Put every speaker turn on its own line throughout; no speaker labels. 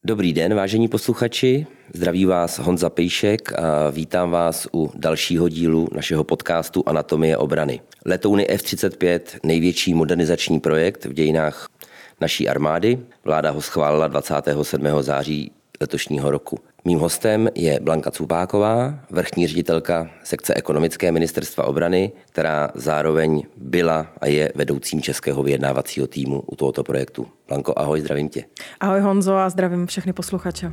Dobrý den, vážení posluchači, zdraví vás Honza Pejšek a vítám vás u dalšího dílu našeho podcastu Anatomie obrany. Letouny F-35, největší modernizační projekt v dějinách naší armády. Vláda ho schválila 27. září letošního roku. Mým hostem je Blanka Cupáková, vrchní ředitelka sekce ekonomické ministerstva obrany, která zároveň byla a je vedoucím českého vyjednávacího týmu u tohoto projektu. Blanko, ahoj, zdravím tě.
Ahoj Honzo a zdravím všechny posluchače.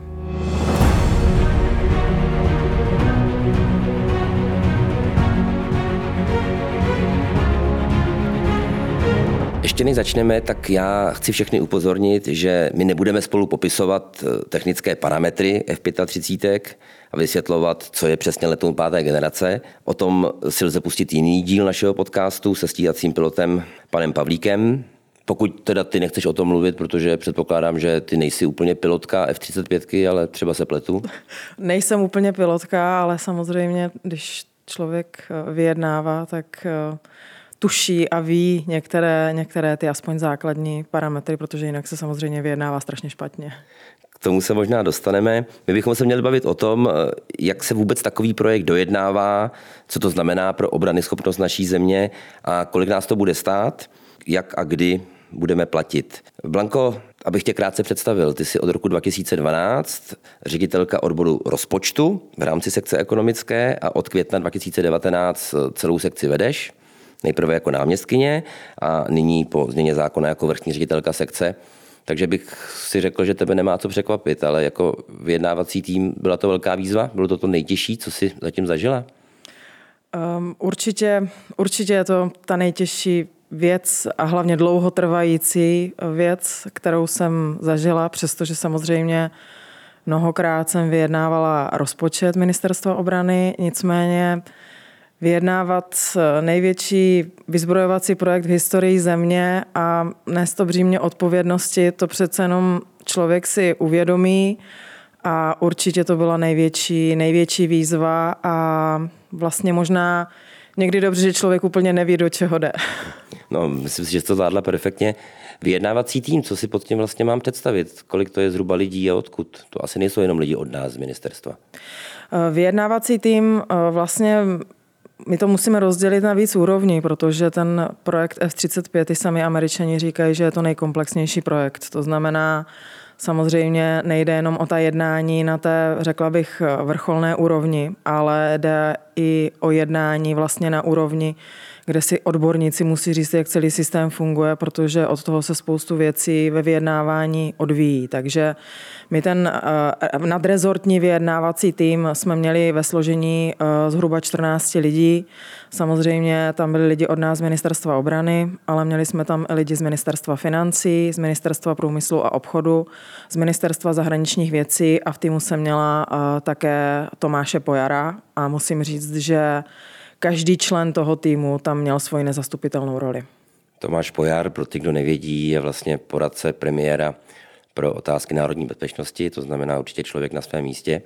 Ještě než začneme, tak já chci všechny upozornit, že my nebudeme spolu popisovat technické parametry F-35 a vysvětlovat, co je přesně letoun 5. generace. O tom si lze pustit jiný díl našeho podcastu se stíhacím pilotem panem Pavlíkem. Pokud teda ty nechceš o tom mluvit, protože předpokládám, že ty nejsi úplně pilotka F-35, ale třeba se pletu.
Nejsem úplně pilotka, ale samozřejmě, když člověk vyjednává, tak tuší a ví některé ty aspoň základní parametry, protože jinak se samozřejmě vyjednává strašně špatně.
K tomu se možná dostaneme. My bychom se měli bavit o tom, jak se vůbec takový projekt dojednává, co to znamená pro obranyschopnost naší země a kolik nás to bude stát, jak a kdy budeme platit. Blanko, abych tě krátce představil, ty jsi od roku 2012 ředitelka odboru rozpočtu v rámci sekce ekonomické a od května 2019 celou sekci vedeš. Nejprve jako náměstkyně a nyní po změně zákona jako vrchní ředitelka sekce. Takže bych si řekl, že tebe nemá co překvapit, ale jako vyjednávací tým byla to velká výzva? Bylo to nejtěžší, co jsi zatím zažila?
Určitě je to ta nejtěžší věc a hlavně dlouhotrvající věc, kterou jsem zažila, přestože samozřejmě mnohokrát jsem vyjednávala rozpočet ministerstva obrany, nicméně vyjednávat největší vyzbrojovací projekt v historii země a nést to břímě odpovědnosti, to přece jenom člověk si uvědomí a určitě to byla největší výzva a vlastně možná někdy dobře, že člověk úplně neví, do čeho jde.
No, myslím si, že to zvládla perfektně. Vyjednávací tým, co si pod tím vlastně mám představit? Kolik to je zhruba lidí a odkud? To asi nejsou jenom lidi od nás z ministerstva.
Vyjednávací tým vlastně my to musíme rozdělit na víc úrovní, protože ten projekt F-35, ty sami Američani říkají, že je to nejkomplexnější projekt. To znamená, samozřejmě nejde jenom o ta jednání na té, řekla bych, vrcholné úrovni, ale jde i o jednání vlastně na úrovni, kde si odborníci musí říct, jak celý systém funguje, protože od toho se spoustu věcí ve vyjednávání odvíjí. Takže my ten nadrezortní vyjednávací tým jsme měli ve složení zhruba 14 lidí. Samozřejmě tam byli lidi od nás z ministerstva obrany, ale měli jsme tam i lidi z ministerstva financí, z ministerstva průmyslu a obchodu, z ministerstva zahraničních věcí a v týmu jsem měla také Tomáše Pojara a musím říct, že každý člen toho týmu tam měl svoji nezastupitelnou roli.
Tomáš Pojar, pro ty, kdo nevědí, je vlastně poradce premiéra pro otázky národní bezpečnosti, to znamená určitě člověk na svém místě.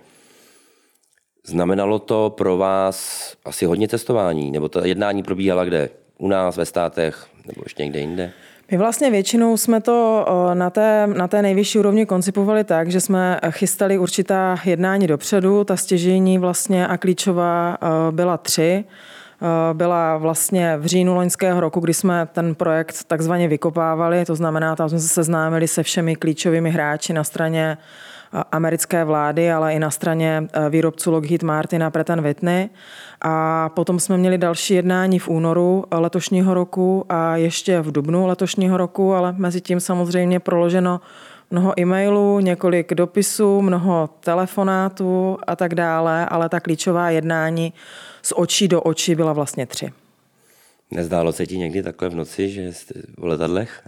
Znamenalo to pro vás asi hodně cestování, nebo ta jednání probíhala kde? U nás, ve státech, nebo ještě někde jinde?
My vlastně většinou jsme to na té nejvyšší úrovni koncipovali tak, že jsme chystali určitá jednání dopředu. Ta stěžejní vlastně a klíčová byla 3. Byla vlastně v říjnu loňského roku, kdy jsme ten projekt takzvaně vykopávali, to znamená, tam jsme se seznámili se všemi klíčovými hráči na straně americké vlády, ale i na straně výrobců Lockheed Martin a Pratt & Whitney. A potom jsme měli další jednání v únoru letošního roku a ještě v dubnu letošního roku, ale mezi tím samozřejmě proloženo mnoho e-mailů, několik dopisů, mnoho telefonátů a tak dále, ale ta klíčová jednání z očí do očí byla vlastně 3.
Nezdálo se ti někdy takhle v noci, že jste v letadlech?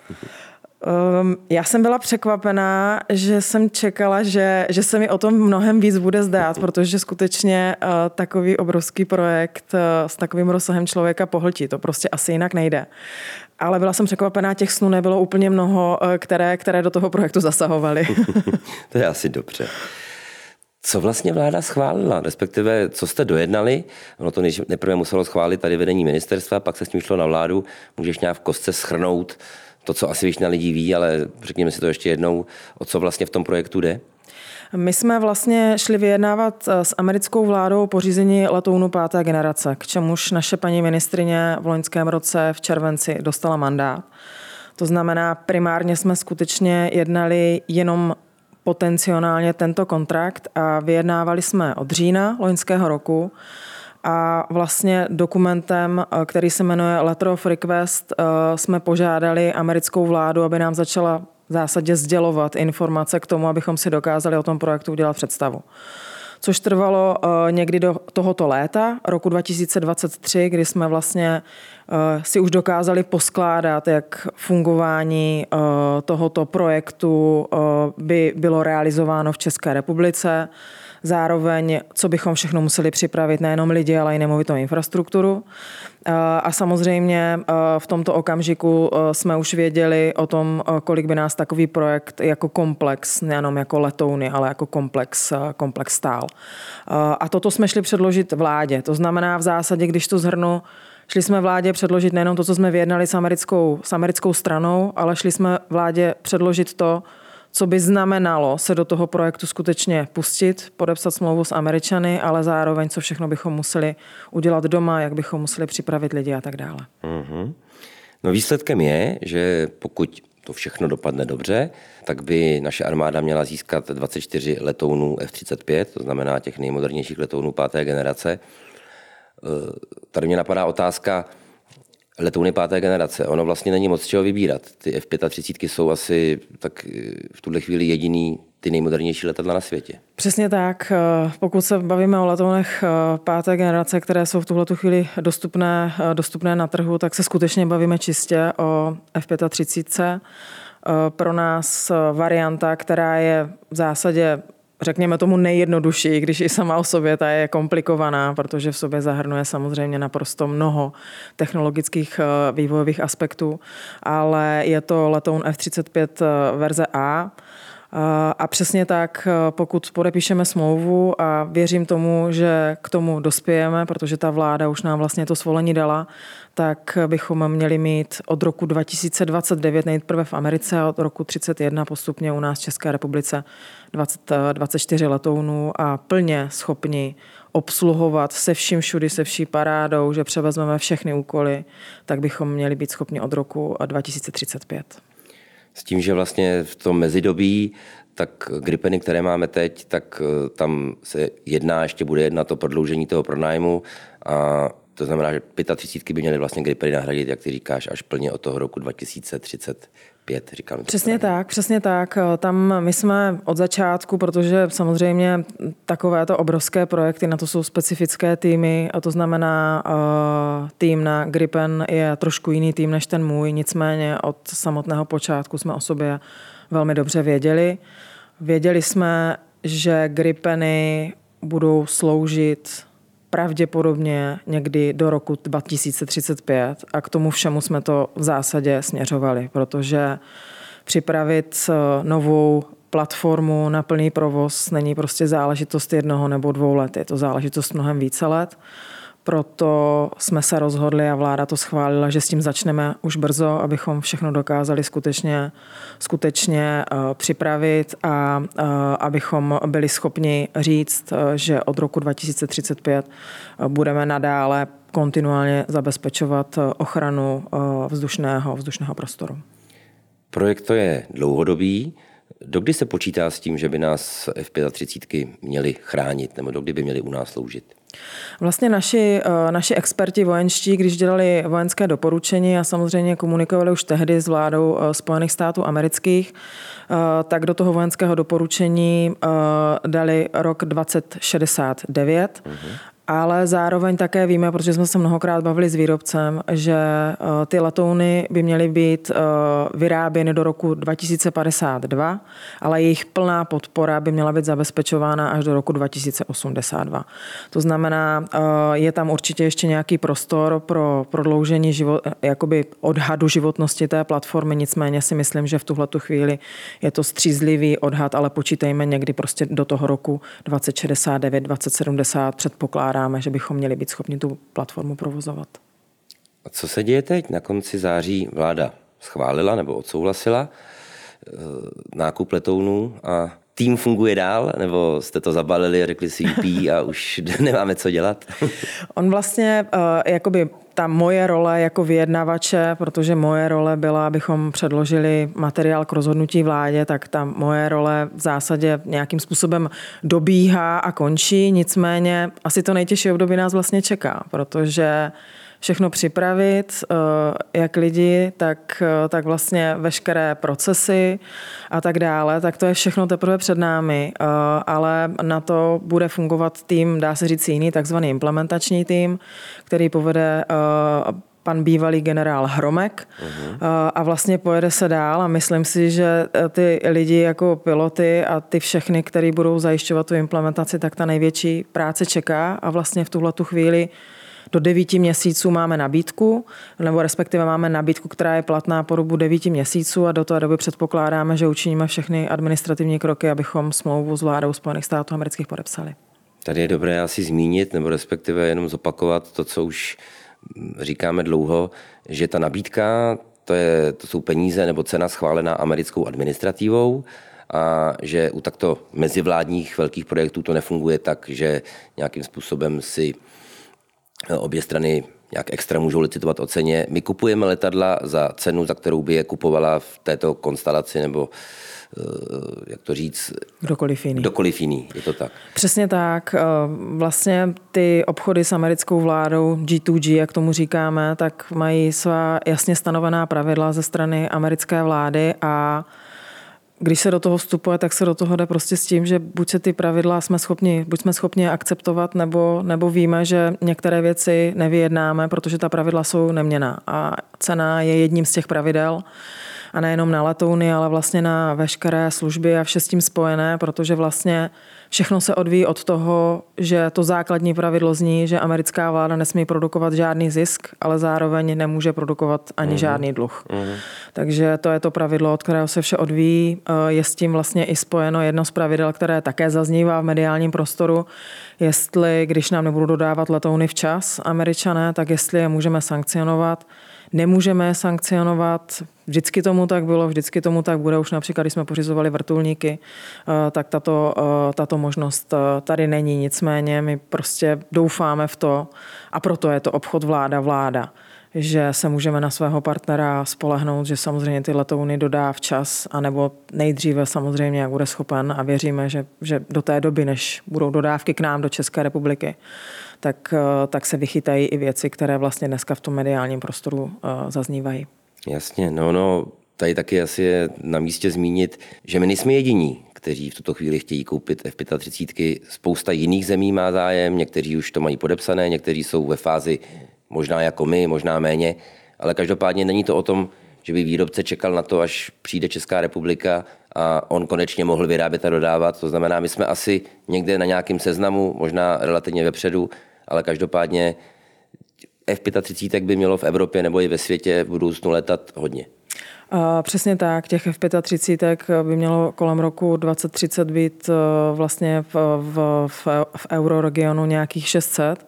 Já jsem byla překvapená, že jsem čekala, že se mi o tom mnohem víc bude zdát, protože skutečně takový obrovský projekt s takovým rozsahem člověka pohltí. To prostě asi jinak nejde. Ale byla jsem překvapená, těch snů nebylo úplně mnoho, které do toho projektu zasahovaly.
To je asi dobře. Co vlastně vláda schválila, respektive co jste dojednali? Ono to nejprve muselo schválit tady vedení ministerstva, pak se s tím šlo na vládu. Můžeš nějak v kostce shrnout, to, co asi většina lidí ví, ale řekněme si to ještě jednou, o co vlastně v tom projektu jde?
My jsme vlastně šli vyjednávat s americkou vládou o pořízení letounu 5. generace, k čemuž naše paní ministryně v loňském roce v červenci dostala mandát. To znamená, primárně jsme skutečně jednali jenom potenciálně tento kontrakt a vyjednávali jsme od října loňského roku a vlastně dokumentem, který se jmenuje Letter of Request, jsme požádali americkou vládu, aby nám začala v zásadě sdělovat informace k tomu, abychom si dokázali o tom projektu udělat představu. Což trvalo někdy do tohoto léta, roku 2023, kdy jsme vlastně si už dokázali poskládat, jak fungování tohoto projektu by bylo realizováno v České republice. Zároveň, co bychom všechno museli připravit, nejenom lidi, ale i nemovitou infrastrukturu. A samozřejmě v tomto okamžiku jsme už věděli o tom, kolik by nás takový projekt jako komplex, nejenom jako letouny, ale jako komplex stál. A toto jsme šli předložit vládě. To znamená v zásadě, když to shrnu, šli jsme vládě předložit nejenom to, co jsme vyjednali s americkou stranou, ale šli jsme vládě předložit to, co by znamenalo se do toho projektu skutečně pustit, podepsat smlouvu s Američany, ale zároveň, co všechno bychom museli udělat doma, jak bychom museli připravit lidi a tak dále. Mm-hmm.
No výsledkem je, že pokud to všechno dopadne dobře, tak by naše armáda měla získat 24 letounů F-35, to znamená těch nejmodernějších letounů 5. generace. Tady mě napadá otázka, letouny 5. generace, ono vlastně není moc čeho vybírat. Ty F-35 jsou asi tak v tuhle chvíli jediný ty nejmodernější letadla na světě.
Přesně tak. Pokud se bavíme o letounech 5. generace, které jsou v tuhletu chvíli dostupné na trhu, tak se skutečně bavíme čistě o F-35. Pro nás varianta, která je v zásadě řekněme tomu nejjednodušší, když i sama o sobě ta je komplikovaná, protože v sobě zahrnuje samozřejmě naprosto mnoho technologických vývojových aspektů, ale je to letoun F-35 verze A. A přesně tak, pokud podepíšeme smlouvu a věřím tomu, že k tomu dospějeme, protože ta vláda už nám vlastně to svolení dala, tak bychom měli mít od roku 2029 nejprve v Americe a od roku 2031 postupně u nás v České republice 24 letounů a plně schopni obsluhovat se vším všudy, se vší parádou, že převezmeme všechny úkoly, tak bychom měli být schopni od roku 2035.
S tím, že vlastně v tom mezidobí, tak Gripeny, které máme teď, tak tam se bude jednat o prodloužení toho pronájmu a to znamená, že 35 by měly vlastně Gripeny nahradit, jak ty říkáš, až plně od toho roku 2035, říkám.
Přesně tak. Tam my jsme od začátku, protože samozřejmě takovéto obrovské projekty, na to jsou specifické týmy, a to znamená tým na Gripen je trošku jiný tým než ten můj, nicméně od samotného počátku jsme o sobě velmi dobře věděli. Věděli jsme, že Gripeny budou sloužit pravděpodobně někdy do roku 2035 a k tomu všemu jsme to v zásadě směřovali, protože připravit novou platformu na plný provoz není prostě záležitost 1 nebo 2 let, je to záležitost mnohem více let. Proto jsme se rozhodli a vláda to schválila, že s tím začneme už brzo, abychom všechno dokázali skutečně připravit a abychom byli schopni říct, že od roku 2035 budeme nadále kontinuálně zabezpečovat ochranu vzdušného prostoru.
Projekt to je dlouhodobý. Dokdy se počítá s tím, že by nás F-35 měli chránit, nebo dokdy by měli u nás sloužit?
Vlastně naši experti vojenští, když dělali vojenské doporučení a samozřejmě komunikovali už tehdy s vládou Spojených států amerických, tak do toho vojenského doporučení dali rok 2069. Ale zároveň také víme, protože jsme se mnohokrát bavili s výrobcem, že ty letouny by měly být vyráběny do roku 2052, ale jejich plná podpora by měla být zabezpečována až do roku 2082. To znamená, je tam určitě ještě nějaký prostor pro prodloužení jakoby odhadu životnosti té platformy, nicméně si myslím, že v tuhletu chvíli je to střízlivý odhad, ale počítejme někdy prostě do toho roku 2069, 2070 předpokládám, že bychom měli být schopni tu platformu provozovat.
A co se děje teď? Na konci září vláda schválila nebo odsouhlasila nákup letounů a tým funguje dál, nebo jste to zabalili a řekli si UP a už nemáme co dělat?
On vlastně, jakoby ta moje role jako vyjednavače, protože moje role byla, abychom předložili materiál k rozhodnutí vládě, tak ta moje role v zásadě nějakým způsobem dobíhá a končí, nicméně asi to nejtěžší období nás vlastně čeká, protože všechno připravit, jak lidi, tak vlastně veškeré procesy a tak dále, tak to je všechno teprve před námi, ale na to bude fungovat tým, dá se říct jiný, takzvaný implementační tým, který povede pan bývalý generál Hromek a vlastně pojede se dál a myslím si, že ty lidi jako piloty a ty všechny, který budou zajišťovat tu implementaci, tak ta největší práce čeká a vlastně v tuhletu chvíli do 9 měsíců máme nabídku, nebo respektive máme nabídku, která je platná po dobu 9 měsíců a do té doby předpokládáme, že učiníme všechny administrativní kroky, abychom smlouvu s vládou Spojených států amerických podepsali.
Tady je dobré asi zmínit, nebo respektive jenom zopakovat to, co už říkáme dlouho, že ta nabídka, to jsou peníze nebo cena schválená americkou administrativou, a že u takto mezivládních velkých projektů to nefunguje tak, že nějakým způsobem si obě strany nějak extra můžou licitovat o ceně. My kupujeme letadla za cenu, za kterou by je kupovala v této konstelaci, nebo jak to říct? Kdokoliv jiný, je to tak.
Přesně tak. Vlastně ty obchody s americkou vládou, G2G, jak tomu říkáme, tak mají svá jasně stanovená pravidla ze strany americké vlády a když se do toho vstupuje, tak se do toho jde prostě s tím, že buď se ty pravidla jsme schopni akceptovat, nebo víme, že některé věci nevyjednáme, protože ta pravidla jsou neměnná. A cena je jedním z těch pravidel. A nejenom na letouny, ale vlastně na veškeré služby a vše s tím spojené, protože vlastně všechno se odvíjí od toho, že to základní pravidlo zní, že americká vláda nesmí produkovat žádný zisk, ale zároveň nemůže produkovat ani žádný dluh. Takže to je to pravidlo, od kterého se vše odvíjí. Je s tím vlastně i spojeno jedno z pravidel, které také zaznívá v mediálním prostoru, jestli, když nám nebudou dodávat letouny včas Američané, tak jestli je můžeme sankcionovat. Nemůžeme sankcionovat, vždycky tomu tak bylo, vždycky tomu tak bude. Už například, když jsme pořizovali vrtulníky, tak tato možnost tady není. Nicméně my prostě doufáme v to a proto je to obchod vláda, že se můžeme na svého partnera spolehnout, že samozřejmě ty letouny dodá včas, anebo nejdříve samozřejmě, jak bude schopen a věříme, že do té doby, než budou dodávky k nám do České republiky, tak se vychytají i věci, které vlastně dneska v tom mediálním prostoru zaznívají.
Jasně, no, tady taky asi je na místě zmínit, že my nejsme jediní, kteří v tuto chvíli chtějí koupit F-35. Spousta jiných zemí má zájem, někteří už to mají podepsané, někteří jsou ve fázi možná jako my, možná méně, ale každopádně není to o tom, že by výrobce čekal na to, až přijde Česká republika a on konečně mohl vyrábět a dodávat. To znamená, my jsme asi někde na nějakém seznamu, možná relativně vepředu, ale každopádně F-35 by mělo v Evropě nebo i ve světě v budoucnu letat hodně.
Přesně tak, těch F-35 by mělo kolem roku 2030 být vlastně v euroregionu nějakých 600.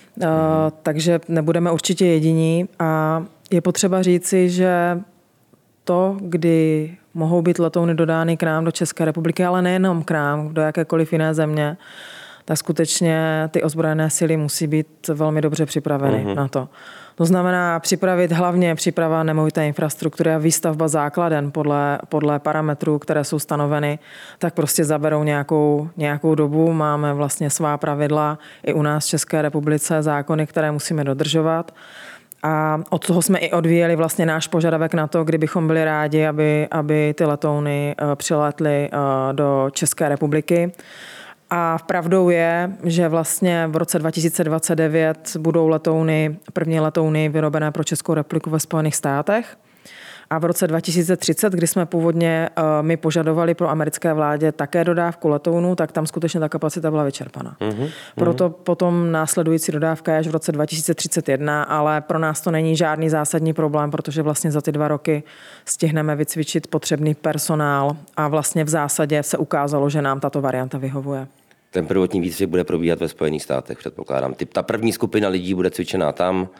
Takže nebudeme určitě jediní a je potřeba říci, že to, kdy mohou být letouny dodány k nám do České republiky, ale nejenom k nám, do jakékoliv jiné země, tak skutečně ty ozbrojené síly musí být velmi dobře připraveny na to. To znamená připravit hlavně příprava nemovité infrastruktury a výstavba základen podle parametrů, které jsou stanoveny, tak prostě zaberou nějakou dobu. Máme vlastně svá pravidla i u nás v České republice, zákony, které musíme dodržovat. A od toho jsme i odvíjeli vlastně náš požadavek na to, kdybychom byli rádi, aby ty letouny přilétly do České republiky. A pravdou je, že vlastně v roce 2029 budou první letouny vyrobené pro Českou republiku ve Spojených státech. A v roce 2030, kdy jsme původně my požadovali pro americké vládě také dodávku letounů, tak tam skutečně ta kapacita byla vyčerpaná. Proto potom následující dodávka je až v roce 2031, ale pro nás to není žádný zásadní problém, protože vlastně za ty 2 roky stihneme vycvičit potřebný personál a vlastně v zásadě se ukázalo, že nám tato varianta vyhovuje.
Ten prvotní výcvik bude probíhat ve Spojených státech, předpokládám. Ta první skupina lidí bude cvičená tam,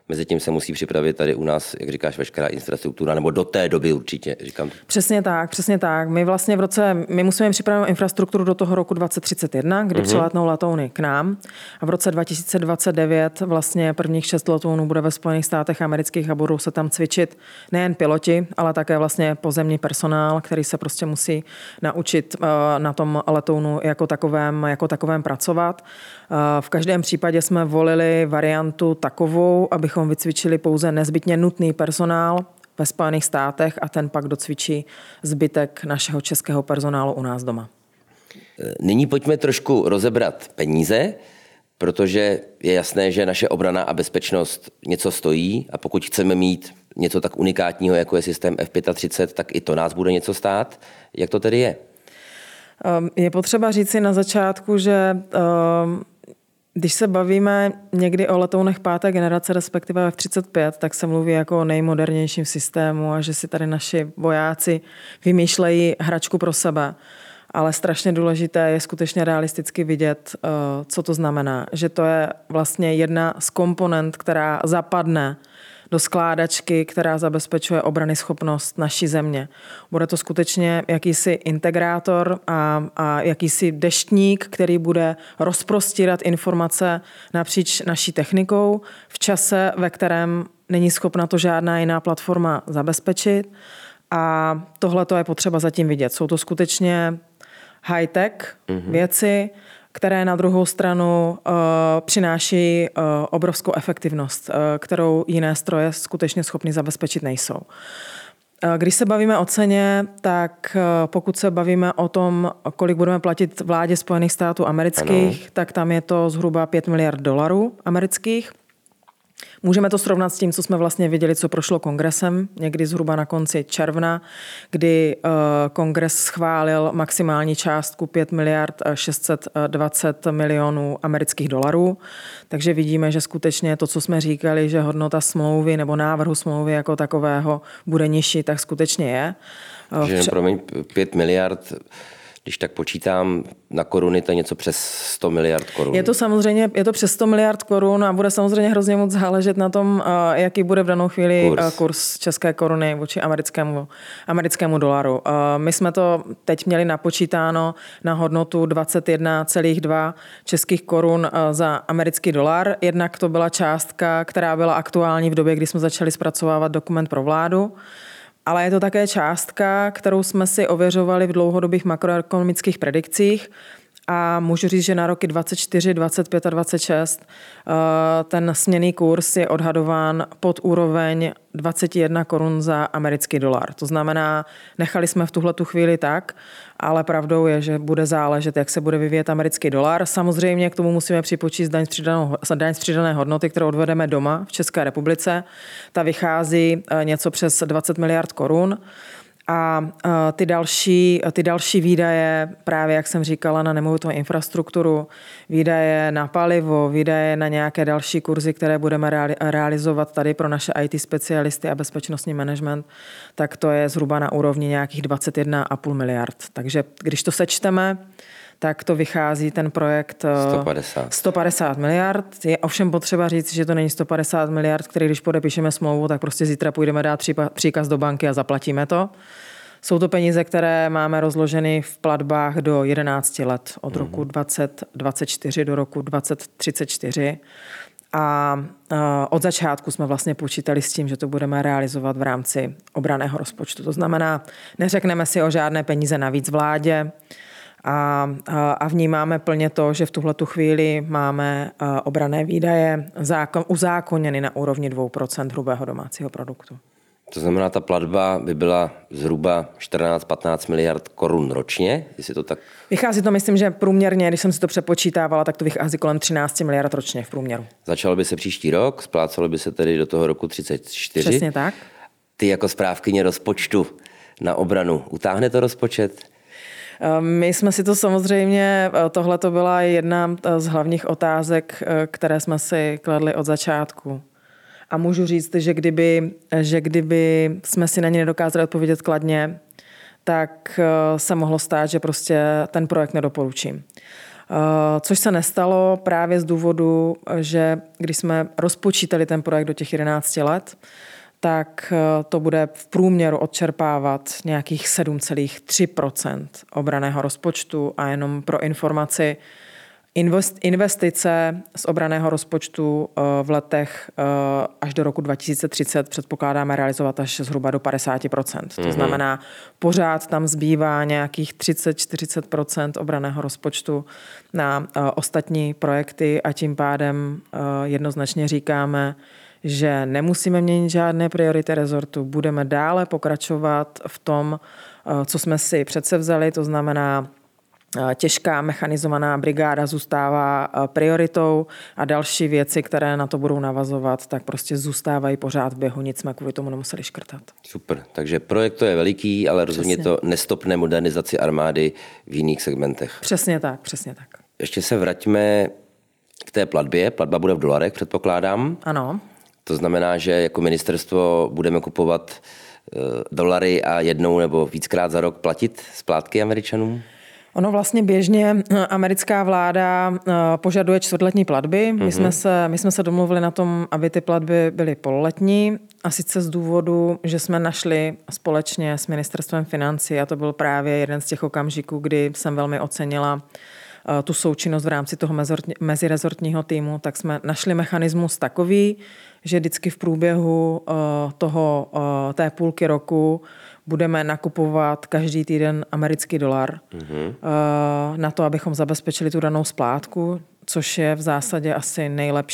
Mezitím se musí připravit tady u nás, jak říkáš, veškerá infrastruktura, nebo do té doby určitě, říkám.
Přesně tak. My musíme připravit infrastrukturu do toho roku 2031, kdy přilétnou letouny k nám. A v roce 2029 vlastně prvních 6 letounů bude ve Spojených státech amerických a budou se tam cvičit nejen piloti, ale také vlastně pozemní personál, který se prostě musí naučit na tom letounu jako takovém pracovat. V každém případě jsme volili variantu takovou, abychom vycvičili pouze nezbytně nutný personál ve Spojených státech a ten pak docvičí zbytek našeho českého personálu u nás doma.
Nyní pojďme trošku rozebrat peníze, protože je jasné, že naše obrana a bezpečnost něco stojí a pokud chceme mít něco tak unikátního, jako je systém F-35, tak i to nás bude něco stát. Jak to tedy je?
Je potřeba říct si na začátku, že když se bavíme někdy o letounech 5. generace, respektive F-35, tak se mluví jako o nejmodernějším systému a že si tady naši vojáci vymýšlejí hračku pro sebe. Ale strašně důležité je skutečně realisticky vidět, co to znamená. Že to je vlastně jedna z komponent, která zapadne do skládačky, která zabezpečuje obranyschopnost naší země. Bude to skutečně jakýsi integrátor a jakýsi deštník, který bude rozprostírat informace napříč naší technikou v čase, ve kterém není schopna to žádná jiná platforma zabezpečit. A tohle to je potřeba zatím vidět. Jsou to skutečně high-tech věci, které na druhou stranu přináší obrovskou efektivnost, kterou jiné stroje skutečně schopny zabezpečit nejsou. Když se bavíme o ceně, tak pokud se bavíme o tom, kolik budeme platit vládě Spojených států amerických, tak tam je to zhruba $5 miliard amerických. Můžeme to srovnat s tím, co jsme vlastně viděli, co prošlo kongresem, někdy zhruba na konci června, kdy kongres schválil maximální částku $5 miliard 620 milionů amerických dolarů. Takže vidíme, že skutečně to, co jsme říkali, že hodnota smlouvy nebo návrhu smlouvy jako takového bude nižší, tak skutečně je.
Že, promiň, 5 miliard... Když tak počítám na koruny, to je něco přes 100 miliard korun.
Je to přes 100 miliard korun a bude samozřejmě hrozně moc záležet na tom, jaký bude v danou chvíli kurz české koruny vůči americkému dolaru. My jsme to teď měli napočítáno na hodnotu 21,2 českých korun za americký dolar. Jednak to byla částka, která byla aktuální v době, kdy jsme začali zpracovávat dokument pro vládu. Ale je to také částka, kterou jsme si ověřovali v dlouhodobých makroekonomických predikcích a můžu říct, že na roky 24, 25 a 26 ten směnný kurz je odhadován pod úroveň 21 korun za americký dolar. To znamená, nechali jsme v tuhletu chvíli tak, ale pravdou je, že bude záležet, jak se bude vyvíjet americký dolar. Samozřejmě k tomu musíme připočíst daň z přidané hodnoty, kterou odvedeme doma v České republice. Ta vychází něco přes 20 miliard korun. A ty další výdaje, právě jak jsem říkala, na nemovitou infrastrukturu, výdaje na palivo, výdaje na nějaké další kurzy, které budeme realizovat tady pro naše IT specialisty a bezpečnostní management, tak to je zhruba na úrovni nějakých 21,5 miliard. Takže když to sečteme, tak to vychází ten projekt 150 miliard. Je ovšem potřeba říct, že to není 150 miliard, který když podepíšeme smlouvu, tak prostě zítra půjdeme dát příkaz do banky a zaplatíme to. Jsou to peníze, které máme rozloženy v platbách do 11 let, od roku 2024 do roku 2034. A od začátku jsme vlastně počítali s tím, že to budeme realizovat v rámci obranného rozpočtu. To znamená, neřekneme si o žádné peníze navíc vládě, a vnímáme plně to, že v tuhletu chvíli máme obranné výdaje uzákoněny na úrovni 2% hrubého domácího produktu.
To znamená, ta platba by byla zhruba 14-15 miliard korun ročně, jestli to tak...
Vychází to, myslím, že průměrně, když jsem si to přepočítávala, tak to vychází kolem 13 miliard ročně v průměru.
Začalo by se příští rok, splácelo by se tedy do toho roku 34.
Přesně tak.
Ty jako správkyně rozpočtu na obranu, utáhne to rozpočet?
My jsme si to samozřejmě, tohle to byla jedna z hlavních otázek, které jsme si kladli od začátku. A můžu říct, že kdyby jsme si na ně nedokázali odpovědět kladně, tak se mohlo stát, že prostě ten projekt nedoporučím. Což se nestalo právě z důvodu, že když jsme rozpočítali ten projekt do těch 11 let, tak to bude v průměru odčerpávat nějakých 7,3% obranného rozpočtu a jenom pro informaci investice z obranného rozpočtu v letech až do roku 2030 předpokládáme realizovat až zhruba do 50%. To znamená, pořád tam zbývá nějakých 30-40% obranného rozpočtu na ostatní projekty a tím pádem jednoznačně říkáme, že nemusíme měnit žádné priority rezortu, budeme dále pokračovat v tom, co jsme si předsevzali, to znamená těžká mechanizovaná brigáda zůstává prioritou a další věci, které na to budou navazovat, tak prostě zůstávají pořád v běhu, nic jsme kvůli tomu nemuseli škrtat.
Super, takže projekt to je veliký, ale rozhodně
Přesně.
to nestopne modernizaci armády v jiných segmentech.
Přesně tak, přesně tak.
Ještě se vraťme k té platbě. Platba bude v dolarech, předpokládám.
Ano.
To znamená, že jako ministerstvo budeme kupovat dolary a jednou nebo víckrát za rok platit splátky Američanům?
Ono vlastně běžně americká vláda požaduje čtvrtletní platby. My jsme se domluvili na tom, aby ty platby byly pololetní, a sice z důvodu, že jsme našli společně s ministerstvem financí, a to byl právě jeden z těch okamžiků, kdy jsem velmi ocenila tu součinnost v rámci toho mezirezortního týmu, tak jsme našli mechanismus takový, že vždycky v průběhu té půlky roku budeme nakupovat každý týden americký dolar na to, abychom zabezpečili tu danou splátku, což je v zásadě asi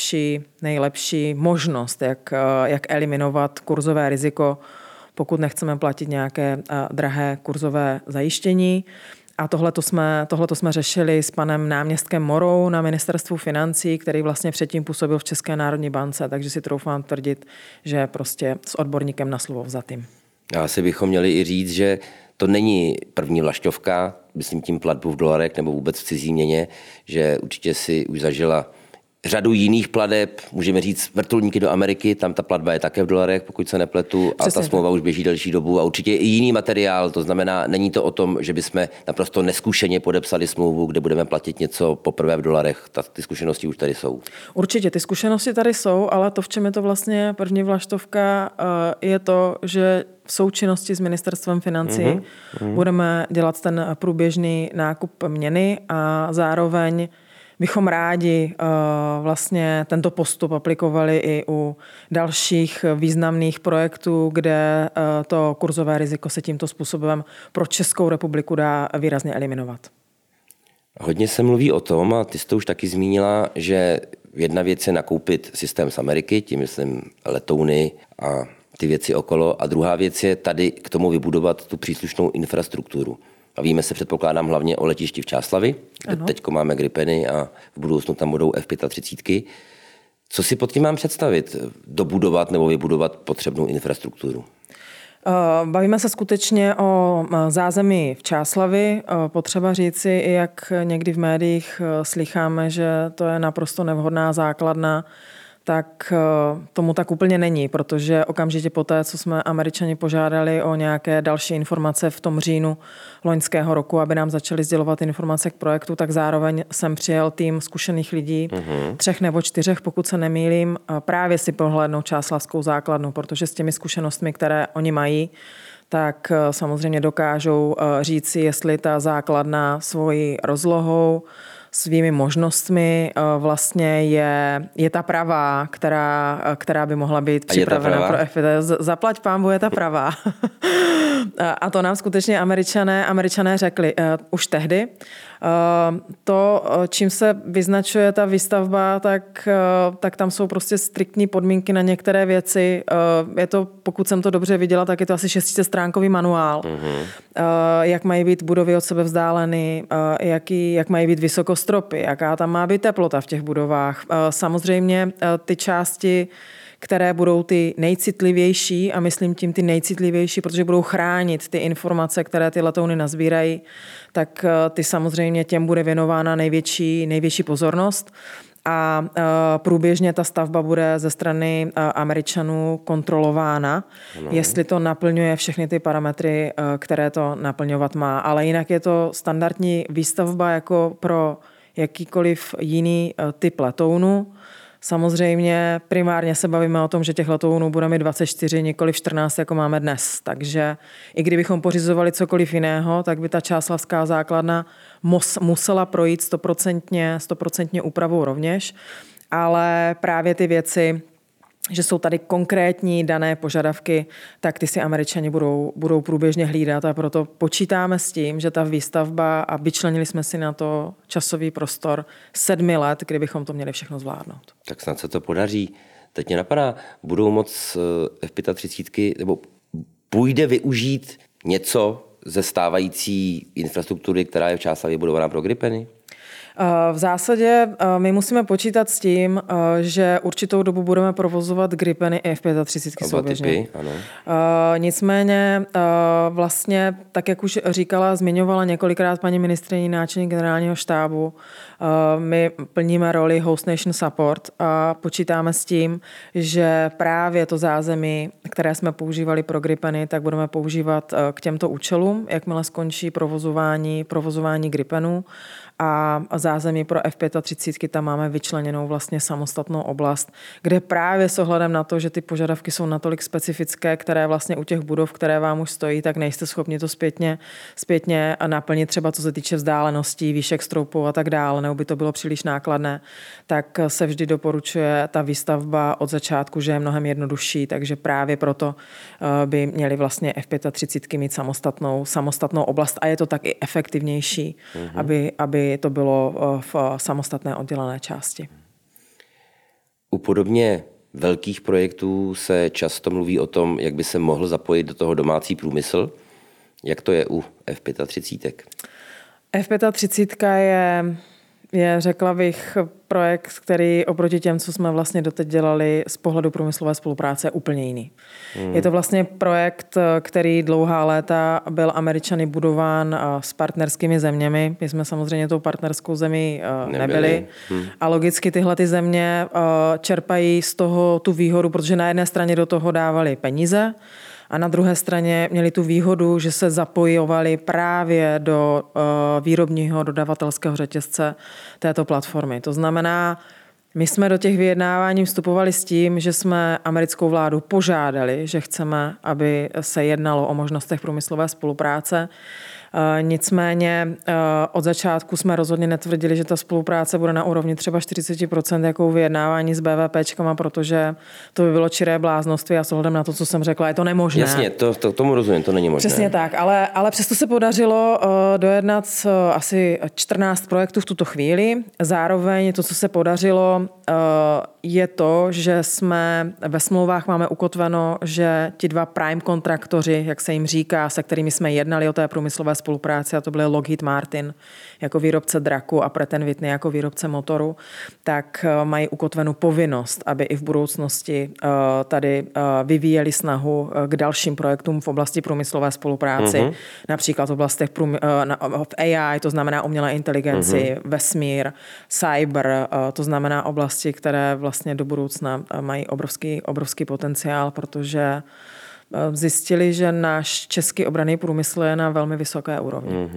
nejlepší možnost, jak eliminovat kurzové riziko, pokud nechceme platit nějaké drahé kurzové zajištění. A tohleto jsme řešili s panem náměstkem Morou na ministerstvu financí, který vlastně předtím působil v České národní bance, takže si troufám tvrdit, že prostě s odborníkem na slovo vzatým.
A asi bychom měli i říct, že to není první vlaštovka, myslím tím platbu v dolarech nebo vůbec v cizí měně, že určitě si už zažila řadu jiných plateb, můžeme říct vrtulníky do Ameriky, tam ta platba je také v dolarech, pokud se nepletu, a ta smlouva už běží delší dobu a určitě i jiný materiál, to znamená, není to o tom, že bychom naprosto neskušeně podepsali smlouvu, kde budeme platit něco poprvé v dolarech, ty zkušenosti už tady jsou.
Určitě, ty zkušenosti tady jsou, ale to, v čem je to vlastně první vlaštovka, je to, že v součinnosti s ministerstvem financí budeme dělat ten průběžný nákup měny a zároveň bychom rádi vlastně tento postup aplikovali i u dalších významných projektů, kde to kurzové riziko se tímto způsobem pro Českou republiku dá výrazně eliminovat.
Hodně se mluví o tom, a ty jsi to už taky zmínila, že jedna věc je nakoupit systém z Ameriky, tím myslím letouny a ty věci okolo, a druhá věc je tady k tomu vybudovat tu příslušnou infrastrukturu. A víme se, předpokládám, hlavně o letišti v Čáslavi, kde teďko máme Gripeny a v budoucnu tam budou F-35. Co si pod tím mám představit? Dobudovat nebo vybudovat potřebnou infrastrukturu?
Bavíme se skutečně o zázemí v Čáslavi. Potřeba říci, i jak někdy v médiích slycháme, že to je naprosto nevhodná základna, tak tomu tak úplně není, protože okamžitě poté, co jsme Američani požádali o nějaké další informace v tom říjnu loňského roku, aby nám začali sdělovat informace k projektu, tak zároveň jsem přijel tým zkušených lidí, 3 nebo 4, pokud se nemýlím, právě si prohlédnout čáslavskou základnu, protože s těmi zkušenostmi, které oni mají, tak samozřejmě dokážou říci, jestli ta základna svojí rozlohou, svými možnostmi vlastně je ta pravá, která by mohla být připravena pro FPV. Zaplať pánbu, je ta pravá. A to nám skutečně Američané řekli už tehdy. To, čím se vyznačuje ta výstavba, tak tam jsou prostě striktní podmínky na některé věci. Je to, pokud jsem to dobře viděla, tak je to asi 600stránkový manuál. Jak mají být budovy od sebe vzdáleny, jak mají být vysokostropy, jaká tam má být teplota v těch budovách. Samozřejmě ty části, které budou ty nejcitlivější, a myslím tím ty nejcitlivější, protože budou chránit ty informace, které ty letouny nazbírají, tak ty samozřejmě těm bude věnována největší pozornost. A průběžně ta stavba bude ze strany Američanů kontrolována, jestli to naplňuje všechny ty parametry, které to naplňovat má. Ale jinak je to standardní výstavba jako pro jakýkoliv jiný typ letounu. Samozřejmě primárně se bavíme o tom, že těch letounů bude mít 24, nikoliv 14, jako máme dnes. Takže i kdybychom pořizovali cokoliv jiného, tak by ta čáslanská základna musela projít 100% úpravou rovněž. Ale právě ty věci, že jsou tady konkrétní dané požadavky, tak ty si Američani budou průběžně hlídat a proto počítáme s tím, že ta výstavba a vyčlenili jsme si na to časový prostor 7 let, kdybychom to měli všechno zvládnout.
Tak snad se to podaří. Teď mě napadá, budou moc F-35, nebo půjde využít něco ze stávající infrastruktury, která je v Čáslavi budovaná pro Gripeny?
V zásadě my musíme počítat s tím, že určitou dobu budeme provozovat Gripeny i F-35 souběžně. Nicméně vlastně, tak jak už říkala, zmiňovala několikrát paní ministryně náčelník generálního štábu, my plníme roli Host Nation Support a počítáme s tím, že právě to zázemí, které jsme používali pro Gripeny, tak budeme používat k těmto účelům, jakmile skončí provozování Gripenů. A zázemí pro F-35 tam máme vyčleněnou vlastně samostatnou oblast, kde právě s ohledem na to, že ty požadavky jsou natolik specifické, které vlastně u těch budov, které vám už stojí, tak nejste schopni to zpětně naplnit, třeba co se týče vzdáleností, výšek stropů a tak dále, nebo by to bylo příliš nákladné, tak se vždy doporučuje ta výstavba od začátku, že je mnohem jednodušší, takže právě proto by měli vlastně F-35 mít samostatnou oblast a je to tak i efektivnější, aby to bylo v samostatné oddělené části.
U podobně velkých projektů se často mluví o tom, jak by se mohl zapojit do toho domácí průmysl. Jak to je u F-35?
F-35 je, řekla bych, projekt, který oproti těm, co jsme vlastně doteď dělali z pohledu průmyslové spolupráce, je úplně jiný. Je to vlastně projekt, který dlouhá léta byl Američany budován s partnerskými zeměmi. My jsme samozřejmě tou partnerskou zemí nebyli. A logicky tyhle ty země čerpají z toho tu výhodu, protože na jedné straně do toho dávali peníze, a na druhé straně měli tu výhodu, že se zapojovali právě do výrobního dodavatelského řetězce této platformy. To znamená, my jsme do těch vyjednávání vstupovali s tím, že jsme americkou vládu požádali, že chceme, aby se jednalo o možnostech průmyslové spolupráce. Nicméně od začátku jsme rozhodně netvrdili, že ta spolupráce bude na úrovni třeba 40% jako vyjednávání s BVPčkama, protože to by bylo čiré bláznoství a s ohledem na to, co jsem řekla, je to nemožné.
Jasně, tomu rozumím, to není možné.
Přesně tak, ale přesto se podařilo dojednat asi 14 projektů v tuto chvíli. Zároveň to, co se podařilo, je to, že jsme ve smlouvách máme ukotveno, že ti dva prime kontraktoři, jak se jim říká, se kterými jsme jednali o té průmyslové spolupráci, a to byly Lockheed Martin jako výrobce draku a Pratt & Whitney jako výrobce motoru, tak mají ukotvenou povinnost, aby i v budoucnosti tady vyvíjeli snahu k dalším projektům v oblasti průmyslové spolupráci, například v oblastech v AI, to znamená umělé inteligenci, vesmír, cyber, to znamená oblasti, které vlastně do budoucna mají obrovský potenciál, protože zjistili, že náš český obranný průmysl je na velmi vysoké úrovni.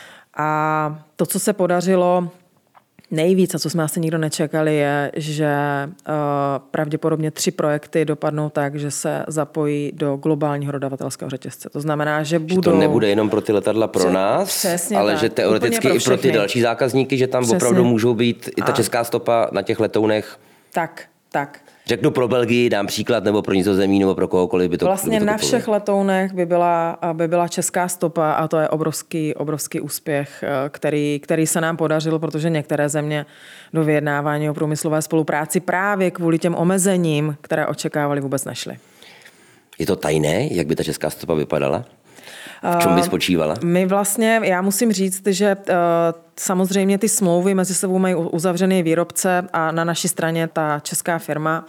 A to, co se podařilo nejvíc, a co jsme asi nikdo nečekali, je, že pravděpodobně 3 projekty dopadnou tak, že se zapojí do globálního dodavatelského řetězce. To znamená, že
to nebude jenom pro ty letadla pro nás, ale
tak,
že teoreticky i pro ty další zákazníky, že tam opravdu můžou být i ta česká stopa na těch letounech.
Tak.
Řeknu pro Belgii, dám příklad, nebo pro Nizozemí, nebo pro kohokoliv by to
vlastně na všech letounech by byla česká stopa a to je obrovský úspěch, který se nám podařil, protože některé země do vyjednávání o průmyslové spolupráci právě kvůli těm omezením, které očekávali, vůbec nešly.
Je to tajné, jak by ta česká stopa vypadala? V čem by spočívala?
Já musím říct, že samozřejmě ty smlouvy mezi sebou mají uzavřený výrobce a na naší straně ta česká firma.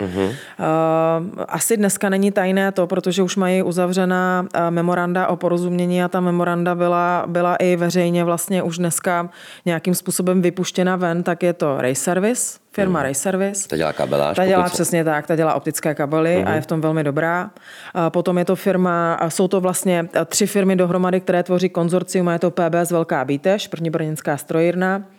Asi dneska není tajné to, protože už mají uzavřená memoranda o porozumění a ta memoranda byla i veřejně vlastně už dneska nějakým způsobem vypuštěna ven, tak je to Race Service, firma Race Service.
Ta dělá kabeláž.
Ta dělá přesně tak, ta dělá optické kabely a je v tom velmi dobrá. Potom je to jsou to vlastně 3 firmy dohromady, které tvoří konzorcium, a je to PBS Velká Bíteš, první brněnská strojírna,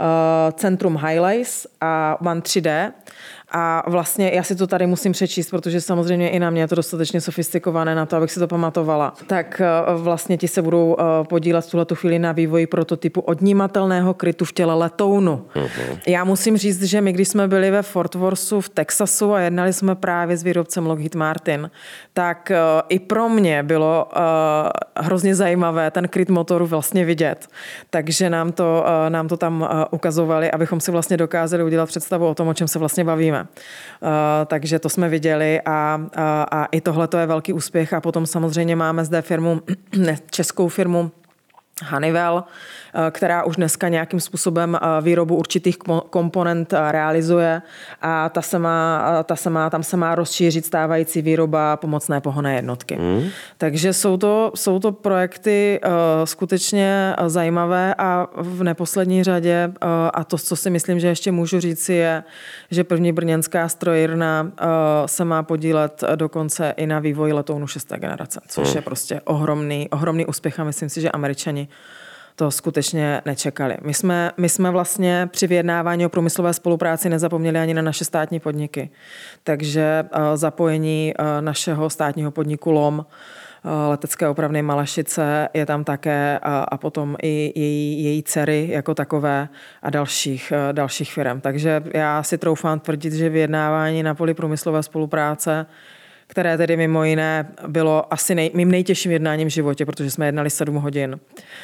Centrum Highlights a One 3D. A vlastně já si to tady musím přečíst, protože samozřejmě i na mě je to dostatečně sofistikované na to, abych si to pamatovala. Tak vlastně ti se budou podílet v tuhletu chvíli na vývoji prototypu odnímatelného krytu v těle letounu. Já musím říct, že my, když jsme byli ve Fort Worthu v Texasu a jednali jsme právě s výrobcem Lockheed Martin, tak i pro mě bylo hrozně zajímavé ten kryt motoru vlastně vidět. Takže nám to tam ukazovali, abychom si vlastně dokázali udělat představu o tom, o čem se vlastně bavíme. Takže to jsme viděli a i tohle to je velký úspěch a potom samozřejmě máme zde českou firmu Honeywell, která už dneska nějakým způsobem výrobu určitých komponent realizuje a tam se má rozšířit stávající výroba pomocné pohonné jednotky. Takže jsou to projekty skutečně zajímavé a v neposlední řadě a to, co si myslím, že ještě můžu říci, je, že první brněnská strojírna se má podílet dokonce i na vývoji letounu 6. generace, což je prostě ohromný úspěch a myslím si, že Američani to skutečně nečekali. My jsme vlastně při vyjednávání o průmyslové spolupráci nezapomněli ani na naše státní podniky. Takže zapojení našeho státního podniku LOM, letecké opravny Malešice, je tam také a potom i její dcery jako takové a dalších firm. Takže já si troufám tvrdit, že vyjednávání na poli průmyslové spolupráce, které tedy mimo jiné bylo asi mým nejtěžším jednáním v životě, protože jsme jednali 7 hodin,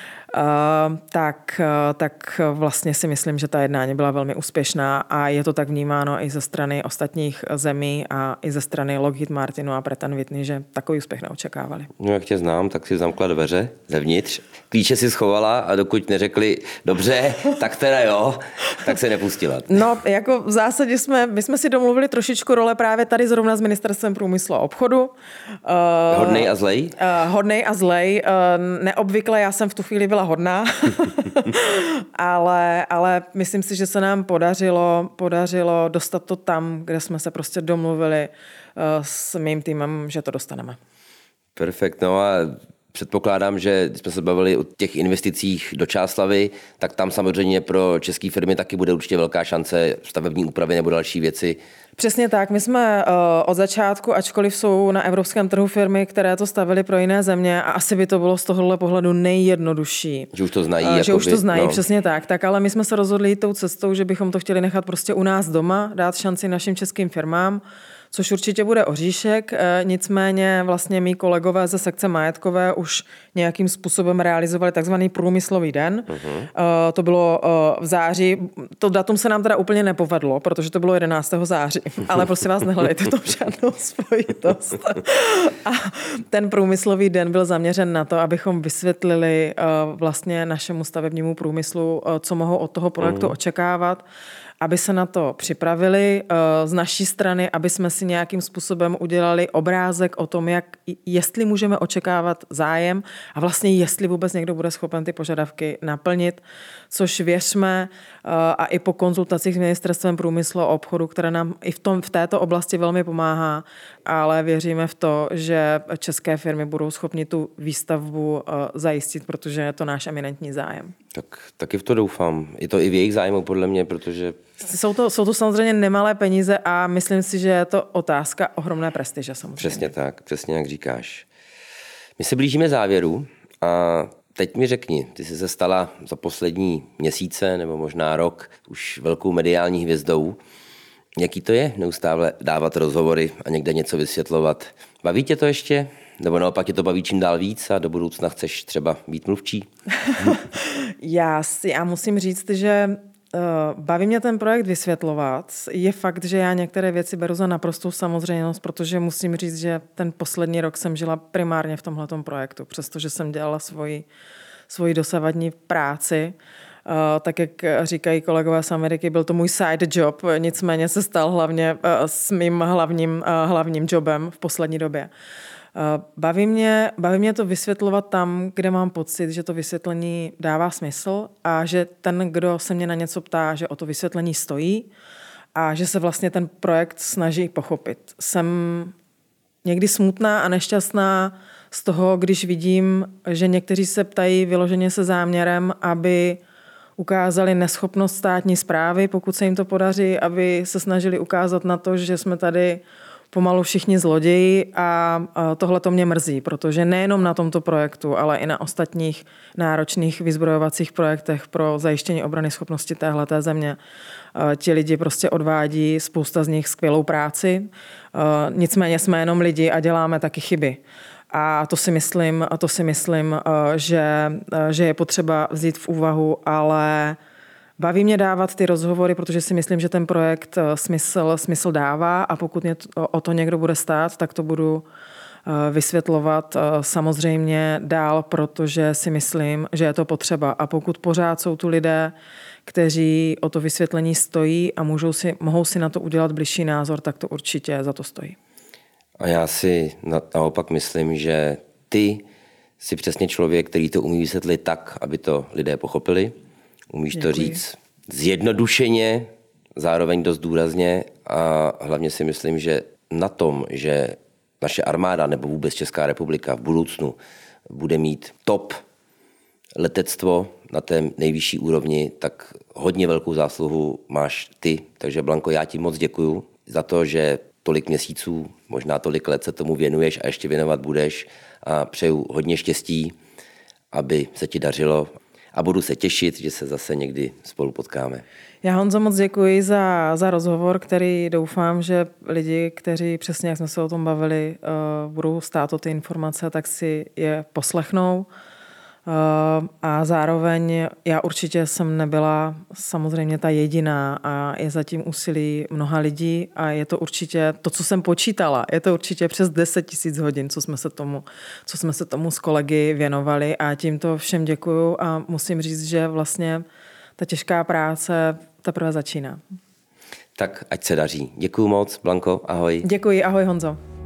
tak vlastně si myslím, že ta jednání byla velmi úspěšná a je to tak vnímáno i ze strany ostatních zemí a i ze strany Lockheed Martinu a Pratt & Whitney, že takový úspěch neočekávali.
No, jak tě znám, tak si zamkla dveře zevnitř, klíče si schovala a dokud neřekli dobře, tak teda jo, tak se nepustila.
No, jako v zásadě my jsme si domluvili trošičku role právě tady zrovna s Ministerstvem průmyslu a obchodu.
Hodnej a zlej?
Hodnej a zlej. Neobvykle já jsem v tu chvíli byla hodná, ale myslím si, že se nám podařilo dostat to tam, kde jsme se prostě domluvili s mým týmem, že to dostaneme.
Perfekt, no a předpokládám, že když jsme se bavili o těch investicích do Čáslavi, tak tam samozřejmě pro české firmy taky bude určitě velká šance stavební úpravy nebo další věci.
Přesně tak. My jsme od začátku, ačkoliv jsou na evropském trhu firmy, které to stavily pro jiné země a asi by to bylo z tohohle pohledu nejjednodušší.
Že už to znají.
No. Přesně tak. Ale my jsme se rozhodli jít tou cestou, že bychom to chtěli nechat prostě u nás doma, dát šanci našim českým firmám, což určitě bude oříšek, nicméně vlastně mý kolegové ze sekce majetkové už nějakým způsobem realizovali takzvaný průmyslový den. To bylo v září, to datum se nám teda úplně nepovedlo, protože to bylo 11. září, ale prosím vás, nehledejte to žádnou spojitost. A ten průmyslový den byl zaměřen na to, abychom vysvětlili vlastně našemu stavebnímu průmyslu, co mohou od toho projektu očekávat, aby se na to připravili z naší strany, aby jsme si nějakým způsobem udělali obrázek o tom, jestli můžeme očekávat zájem a vlastně jestli vůbec někdo bude schopen ty požadavky naplnit, což věřme a i po konzultacích s Ministerstvem průmyslu a obchodu, které nám i v této oblasti velmi pomáhá, ale věříme v to, že české firmy budou schopni tu výstavbu zajistit, protože je to náš eminentní zájem.
Tak taky v to doufám. Je to i v jejich zájmu, podle mě, protože...
Jsou to samozřejmě nemalé peníze a myslím si, že je to otázka ohromné prestiže samozřejmě.
Přesně tak, přesně jak říkáš. My se blížíme závěru a teď mi řekni, ty jsi se stala za poslední měsíce nebo možná rok už velkou mediální hvězdou. Jaký to je neustále dávat rozhovory a někde něco vysvětlovat? Baví tě to ještě? Nebo naopak tě to baví čím dál víc a do budoucna chceš třeba být mluvčí?
Já musím říct, že baví mě ten projekt vysvětlovat. Je fakt, že já některé věci beru za naprostou samozřejmost, protože musím říct, že ten poslední rok jsem žila primárně v tomhletom projektu, přestože jsem dělala svoji dosavadní práci. Tak jak říkají kolegové z Ameriky, byl to můj side job, nicméně se stal hlavně s mým hlavním jobem v poslední době. Baví mě to vysvětlovat tam, kde mám pocit, že to vysvětlení dává smysl a že ten, kdo se mě na něco ptá, že o to vysvětlení stojí a že se vlastně ten projekt snaží pochopit. Jsem někdy smutná a nešťastná z toho, když vidím, že někteří se ptají vyloženě se záměrem, aby ukázali neschopnost státní správy, pokud se jim to podaří, aby se snažili ukázat na to, že jsme tady pomalu všichni zloději a tohle to mě mrzí, protože nejenom na tomto projektu, ale i na ostatních náročných vyzbrojovacích projektech pro zajištění obrany schopnosti téhleté země ti lidi prostě odvádí, spousta z nich skvělou práci. Nicméně jsme jenom lidi a děláme taky chyby. A to si myslím, že je potřeba vzít v úvahu, ale baví mě dávat ty rozhovory, protože si myslím, že ten projekt smysl dává a pokud mě o to někdo bude stát, tak to budu vysvětlovat samozřejmě dál, protože si myslím, že je to potřeba. A pokud pořád jsou tu lidé, kteří o to vysvětlení stojí a mohou si na to udělat bližší názor, tak to určitě za to stojí.
A já si naopak myslím, že ty jsi přesně člověk, který to umí vysvětlit tak, aby to lidé pochopili. Umíš to říct zjednodušeně, zároveň dost důrazně a hlavně si myslím, že na tom, že naše armáda nebo vůbec Česká republika v budoucnu bude mít top letectvo na té nejvyšší úrovni, tak hodně velkou zásluhu máš ty. Takže Blanko, já ti moc děkuju za to, že tolik měsíců, možná tolik let se tomu věnuješ a ještě věnovat budeš a přeju hodně štěstí, aby se ti dařilo a budu se těšit, že se zase někdy spolu potkáme.
Já, Honzo, moc děkuji za rozhovor, který doufám, že lidi, kteří přesně, jak jsme se o tom bavili, budou stát o ty informace, tak si je poslechnou. A zároveň já určitě jsem nebyla samozřejmě ta jediná a je zatím úsilí mnoha lidí a je to určitě to, co jsem počítala, je to určitě přes 10 000 hodin, co jsme se tomu s kolegy věnovali a tímto všem děkuju a musím říct, že vlastně ta těžká práce teprve začíná.
Tak ať se daří. Děkuju moc, Blanko, ahoj.
Děkuji, ahoj, Honzo.